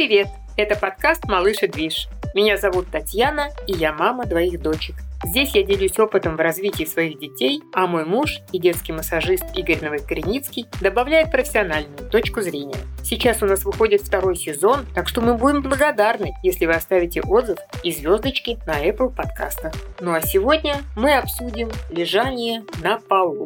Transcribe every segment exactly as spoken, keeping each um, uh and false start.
Привет! Это подкаст «Малыш и движ». Меня зовут Татьяна, и я мама двоих дочек. Здесь я делюсь опытом в развитии своих детей, а мой муж и детский массажист Игорь Новокореницкий добавляет профессиональную точку зрения. Сейчас у нас выходит второй сезон, так что мы будем благодарны, если вы оставите отзыв и звездочки на Apple подкастах. Ну а сегодня мы обсудим лежание на полу.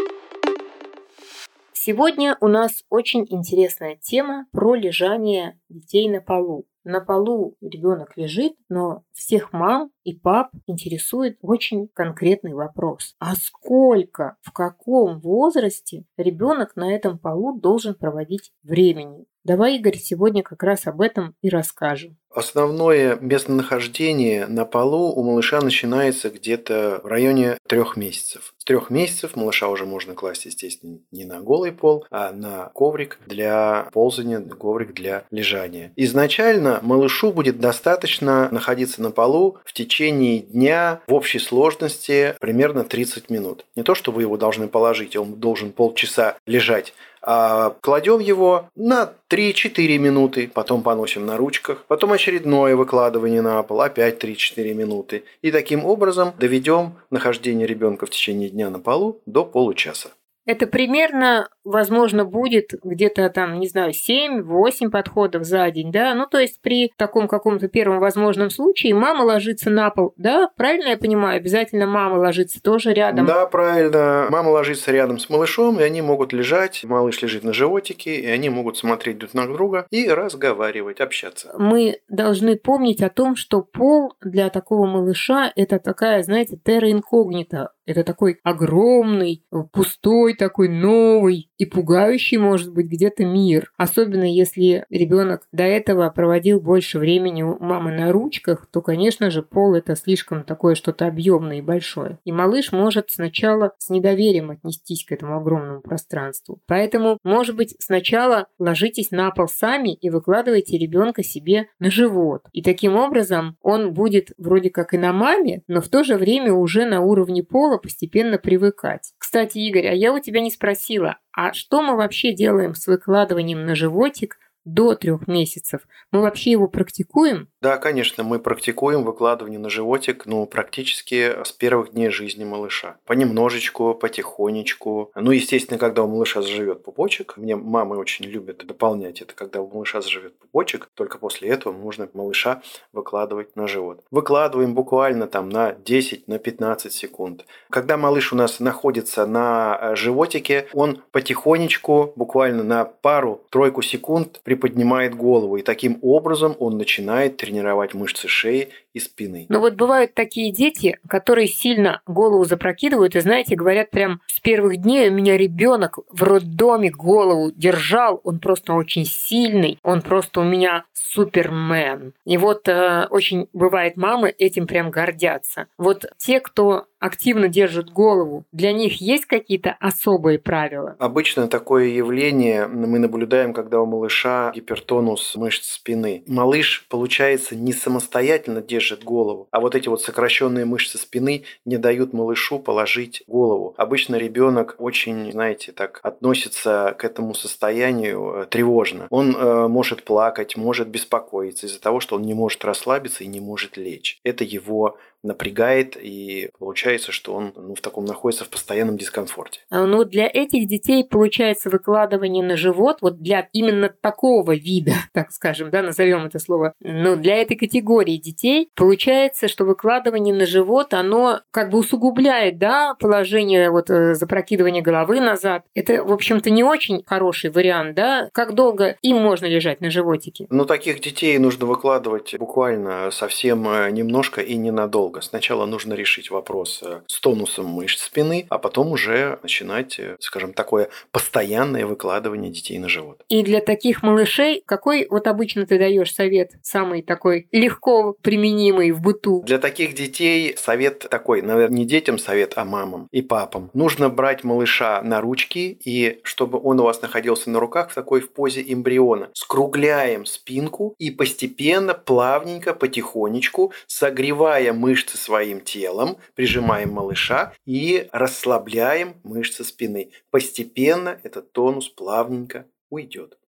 Сегодня у нас очень интересная тема про лежание детей на полу. На полу ребенок лежит, но всех мам и пап интересует очень конкретный вопрос. А сколько, в каком возрасте ребенок на этом полу должен проводить времени? Давай, Игорь, сегодня как раз об этом и расскажем. Основное местонахождение на полу у малыша начинается где-то в районе трех месяцев. С трех месяцев малыша уже можно класть, естественно, не на голый пол, а на коврик для ползания, коврик для лежания. Изначально малышу будет достаточно находиться на полу в течение дня в общей сложности примерно тридцать минут. Не то, что вы его должны положить, он должен полчаса лежать, а кладем его на три-четыре минуты, потом поносим на ручках, потом очередное выкладывание на пол, опять три-четыре минуты. И таким образом доведем нахождение ребенка в течение дня на полу до получаса. Это примерно, возможно, будет где-то там, не знаю, семь-восемь подходов за день, да? Ну, то есть при таком каком-то первом возможном случае мама ложится на пол, да? Правильно я понимаю? Обязательно мама ложится тоже рядом? Да, правильно. Мама ложится рядом с малышом, и они могут лежать. Малыш лежит на животике, и они могут смотреть друг на друга и разговаривать, общаться. Мы должны помнить о том, что пол для такого малыша – это такая, знаете, терра инкогнита. Это такой огромный, пустой, такой новый и пугающий, может быть, где-то мир. Особенно если ребенок до этого проводил больше времени у мамы на ручках, то, конечно же, пол это слишком такое что-то объемное и большое. И малыш может сначала с недоверием отнестись к этому огромному пространству. Поэтому, может быть, сначала ложитесь на пол сами и выкладывайте ребенка себе на живот. И таким образом он будет вроде как и на маме, но в то же время уже на уровне пола постепенно привыкать. Кстати, Игорь, а я у тебя не спросила, а что мы вообще делаем с выкладыванием на животик до трех месяцев? Мы вообще его практикуем? Да, конечно, мы практикуем выкладывание на животик, ну, практически с первых дней жизни малыша. Понемножечку, потихонечку. Ну, естественно, когда у малыша заживет пупочек, мне мамы очень любят дополнять это, когда у малыша заживет пупочек, только после этого можно малыша выкладывать на живот. Выкладываем буквально там на десять-пятнадцать секунд. Когда малыш у нас находится на животике, он потихонечку, буквально на пару-тройку секунд приподнимает голову, и таким образом он начинает тренировать мышцы шеи и спины. Но вот бывают такие дети, которые сильно голову запрокидывают и, знаете, говорят прям с первых дней: у меня ребенок в роддоме голову держал, он просто очень сильный, он просто у меня супермен. И вот э, очень бывает, мамы этим прям гордятся. Вот те, кто активно держит голову, для них есть какие-то особые правила? Обычно такое явление мы наблюдаем, когда у малыша гипертонус мышц спины. Малыш, получается, не самостоятельно держит голову, а вот эти вот сокращенные мышцы спины не дают малышу положить голову. Обычно ребенок очень, знаете, так относится к этому состоянию тревожно. Он э, может плакать, может беспокоиться из-за того, что он не может расслабиться и не может лечь. Это его напрягает, и получается, что он ну, в таком находится в постоянном дискомфорте. Ну, для этих детей получается выкладывание на живот, вот для именно такого вида, так скажем, да, назовем это слово, но для этой категории детей получается, что выкладывание на живот, оно как бы усугубляет, да, положение вот запрокидывания головы назад. Это, в общем-то, не очень хороший вариант, да? Как долго им можно лежать на животике? Ну, таких детей нужно выкладывать буквально совсем немножко и ненадолго. Сначала нужно решить вопрос с тонусом мышц спины, а потом уже начинать, скажем, такое постоянное выкладывание детей на живот. И для таких малышей какой вот обычно ты даешь совет, самый такой легко применимый в быту? Для таких детей совет такой, наверное, не детям совет, а мамам и папам. Нужно брать малыша на ручки, и чтобы он у вас находился на руках в такой в позе эмбриона. Скругляем спинку и постепенно, плавненько, потихонечку, согревая мышцы своим телом, прижимаем малыша и расслабляем мышцы спины. Постепенно этот тонус плавненько уйдет.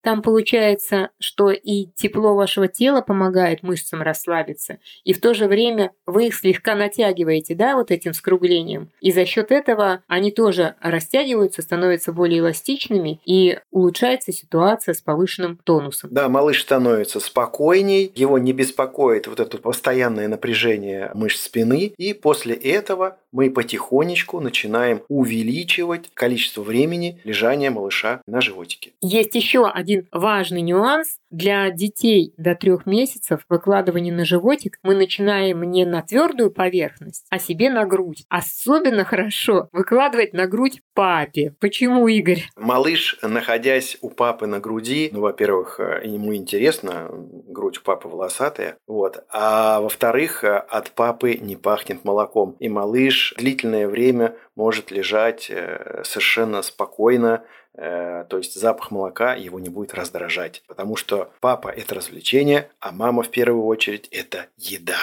Там получается, что и тепло вашего тела помогает мышцам расслабиться, и в то же время вы их слегка натягиваете, да, вот этим скруглением. И за счет этого они тоже растягиваются, становятся более эластичными, и улучшается ситуация с повышенным тонусом. Да, малыш становится спокойней, его не беспокоит вот это постоянное напряжение мышц спины, и после этого мы потихонечку начинаем увеличивать количество времени лежания малыша на животике. Есть еще один важный нюанс. Для детей до трех месяцев выкладывание на животик мы начинаем не на твердую поверхность, а себе на грудь. Особенно хорошо выкладывать на грудь папе. Почему, Игорь? Малыш, находясь у папы на груди, ну, во-первых, ему интересно, грудь у папы волосатая, вот, а во-вторых, от папы не пахнет молоком, и малыш длительное время может лежать совершенно спокойно, то есть запах молока его не будет раздражать, потому что папа – это развлечение, а мама в первую очередь – это еда.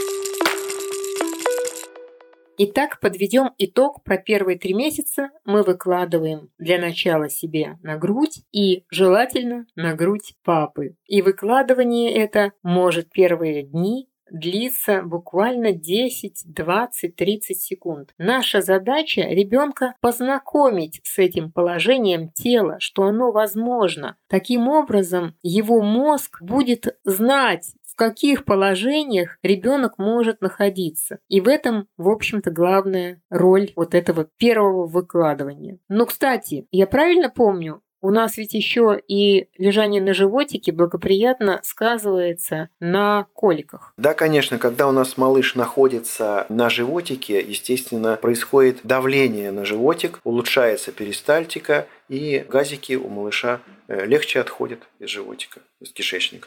Итак, подведем итог про первые три месяца. Мы выкладываем для начала себе на грудь и желательно на грудь папы. И выкладывание это может первые дни длится буквально десять, двадцать, тридцать секунд. Наша задача ребенка познакомить с этим положением тела, что оно возможно. Таким образом, его мозг будет знать, в каких положениях ребенок может находиться. И в этом, в общем-то, главная роль вот этого первого выкладывания. Но, кстати, я правильно помню, у нас ведь еще и лежание на животике благоприятно сказывается на коликах. Да, конечно, когда у нас малыш находится на животике, естественно, происходит давление на животик, улучшается перистальтика, и газики у малыша легче отходят из животика, из кишечника.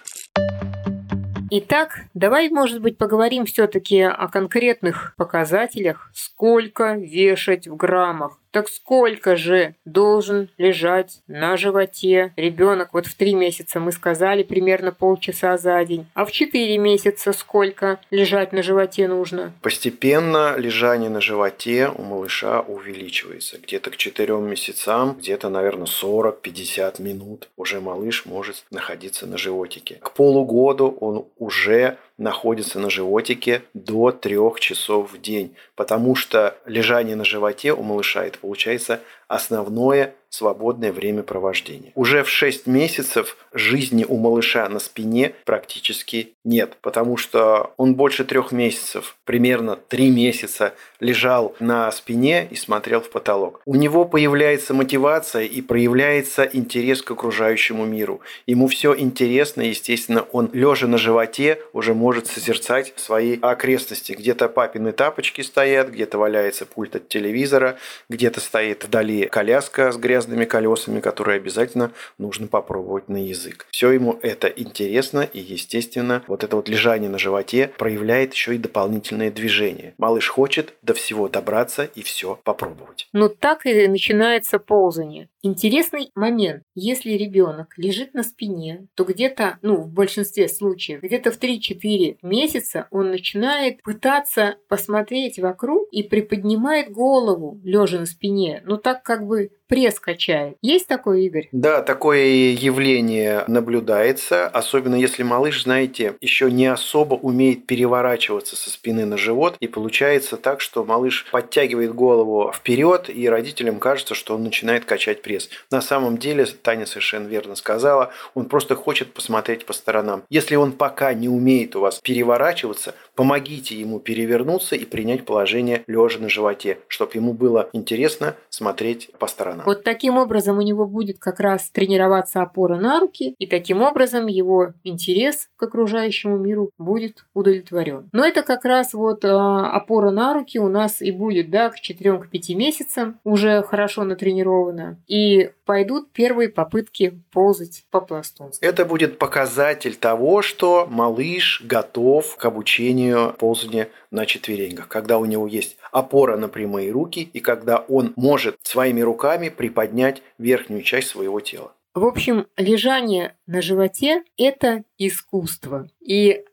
Итак, давай, может быть, поговорим все-таки о конкретных показателях, сколько вешать в граммах. Так сколько же должен лежать на животе ребенок? Вот в три месяца мы сказали примерно полчаса за день. А в четыре месяца сколько лежать на животе нужно? Постепенно лежание на животе у малыша увеличивается. Где-то к четырем месяцам, где-то, наверное, сорок-пятьдесят минут уже малыш может находиться на животике. К полугоду он уже находится на животике до трех часов в день, потому что лежание на животе у малыша это получается основное свободное времяпровождение. Уже в шесть месяцев жизни у малыша на спине практически нет, потому что он больше трех месяцев, примерно три месяца лежал на спине и смотрел в потолок. У него появляется мотивация и проявляется интерес к окружающему миру. Ему все интересно, естественно, он лежа на животе уже может созерцать свои окрестности. Где-то папины тапочки стоят, где-то валяется пульт от телевизора, где-то стоит вдали коляска с грязными колесами, которые обязательно нужно попробовать на язык. Все ему это интересно, и, естественно, вот это вот лежание на животе проявляет еще и дополнительное движение. Малыш хочет до всего добраться и все попробовать. Ну так и начинается ползание. Интересный момент. Если ребенок лежит на спине, то где-то, ну, в большинстве случаев, где-то в три-четыре месяца он начинает пытаться посмотреть вокруг и приподнимает голову, лежа на спине. Ну так как бы пресс качает. Есть такое, Игорь? Да, такое явление наблюдается, особенно если малыш, знаете, еще не особо умеет переворачиваться со спины на живот, и получается так, что малыш подтягивает голову вперед, и родителям кажется, что он начинает качать пресс. На самом деле, Таня совершенно верно сказала, он просто хочет посмотреть по сторонам. Если он пока не умеет у вас переворачиваться, помогите ему перевернуться и принять положение лежа на животе, чтобы ему было интересно смотреть по сторонам. Вот таким образом у него будет как раз тренироваться опора на руки, и таким образом его интерес к окружающему миру будет удовлетворен. Но это как раз вот а, опора на руки у нас и будет, да, к четырем-пяти месяцам уже хорошо натренирована, и пойдут первые попытки ползать по-пластунски. Это будет показатель того, что малыш готов к обучению ползания на четвереньках, когда у него есть опора на прямые руки и когда он может своими руками приподнять верхнюю часть своего тела. В общем, лежание на животе – это искусство. И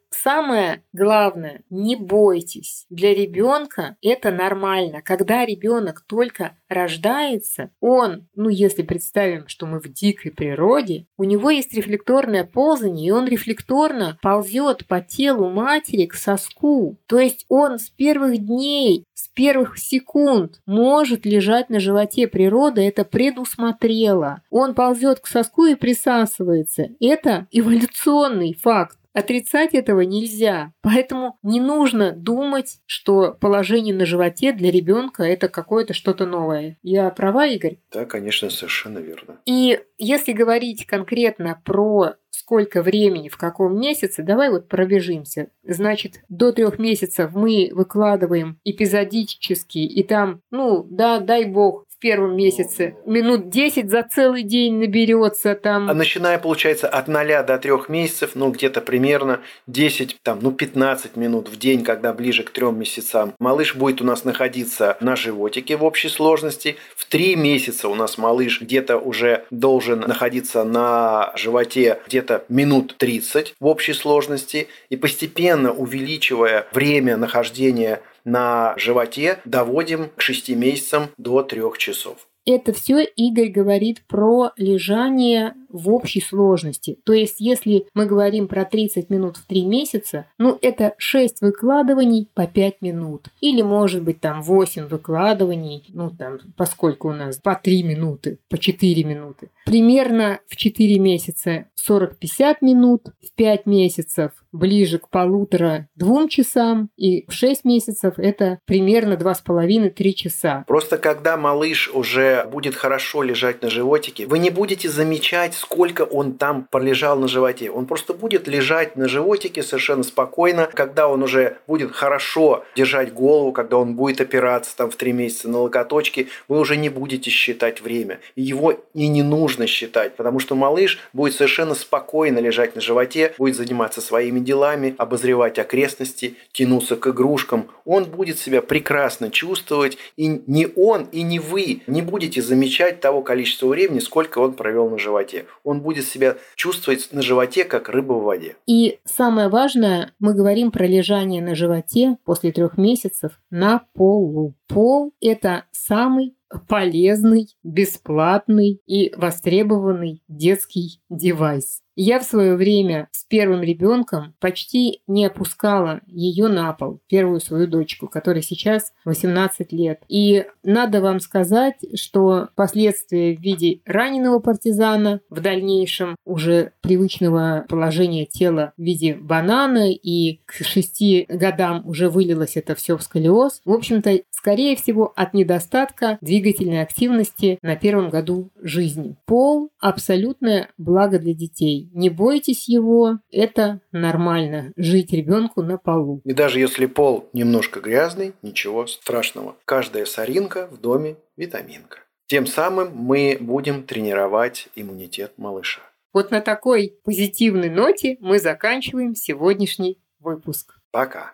самое главное, не бойтесь. Для ребенка это нормально. Когда ребенок только рождается, он, ну если представим, что мы в дикой природе, у него есть рефлекторное ползание, и он рефлекторно ползет по телу матери к соску. То есть он с первых дней, с первых секунд может лежать на животе. Природа это предусмотрела. Он ползет к соску и присасывается. Это эволюционный факт. Отрицать этого нельзя. Поэтому не нужно думать, что положение на животе для ребенка это какое-то что-то новое. Я права, Игорь? Да, конечно, совершенно верно. И если говорить конкретно про сколько времени, в каком месяце, давай вот пробежимся. Значит, до трех месяцев мы выкладываем эпизодически, и там, ну, да, дай бог, в первом месяце минут десять за целый день наберется там. А начиная, получается, от ноля до трех месяцев, ну, где-то примерно десять, там, ну, пятнадцать минут в день, когда ближе к трем месяцам. Малыш будет у нас находиться на животике в общей сложности. В три месяца у нас малыш где-то уже должен находиться на животе где-то минут тридцать в общей сложности. И постепенно увеличивая время нахождения на животе, доводим к шести месяцам до трех часов. Это все Игорь говорит про лежание в общей сложности. То есть, если мы говорим про тридцать минут в три месяца, ну, это шесть выкладываний по пять минут. Или, может быть, там восемь выкладываний, ну, там, поскольку у нас по три минуты, по четыре минуты. Примерно в четыре месяца сорок-пятьдесят минут, в пять месяцев ближе к полутора-двум часам, и в шесть месяцев это примерно два с половиной-три часа. Просто когда малыш уже будет хорошо лежать на животике, вы не будете замечать, сколько он там пролежал на животе. Он просто будет лежать на животике совершенно спокойно. Когда он уже будет хорошо держать голову, когда он будет опираться там в три месяца на локоточки, вы уже не будете считать время. И его и не нужно считать, потому что малыш будет совершенно спокойно лежать на животе, будет заниматься своими делами, обозревать окрестности, тянуться к игрушкам. Он будет себя прекрасно чувствовать, и ни он, и ни вы не будете замечать того количества времени, сколько он провел на животе. Он будет себя чувствовать на животе, как рыба в воде. И самое важное, мы говорим про лежание на животе после трех месяцев на полу. Пол – это самый полезный, бесплатный и востребованный детский девайс. Я в свое время с первым ребенком почти не опускала ее на пол, первую свою дочку, которой сейчас восемнадцать лет. И надо вам сказать, что последствия в виде раненого партизана, в дальнейшем уже привычного положения тела в виде банана, и к шести годам уже вылилось это все в сколиоз. В общем-то, скорее всего, от недостатка двигательной активности на первом году жизни. Пол – абсолютное благо для детей. Не бойтесь его, это нормально, жить ребенку на полу. И даже если пол немножко грязный, ничего страшного. Каждая соринка в доме – витаминка. Тем самым мы будем тренировать иммунитет малыша. Вот на такой позитивной ноте мы заканчиваем сегодняшний выпуск. Пока.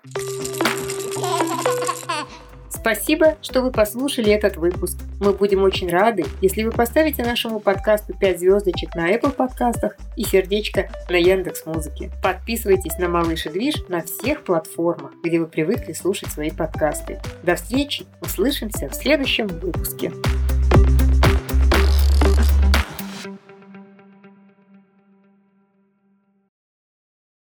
Спасибо, что вы послушали этот выпуск. Мы будем очень рады, если вы поставите нашему подкасту пять звездочек на Apple подкастах и сердечко на Яндекс.Музыке. Подписывайтесь на Малыш и Движ на всех платформах, где вы привыкли слушать свои подкасты. До встречи, услышимся в следующем выпуске.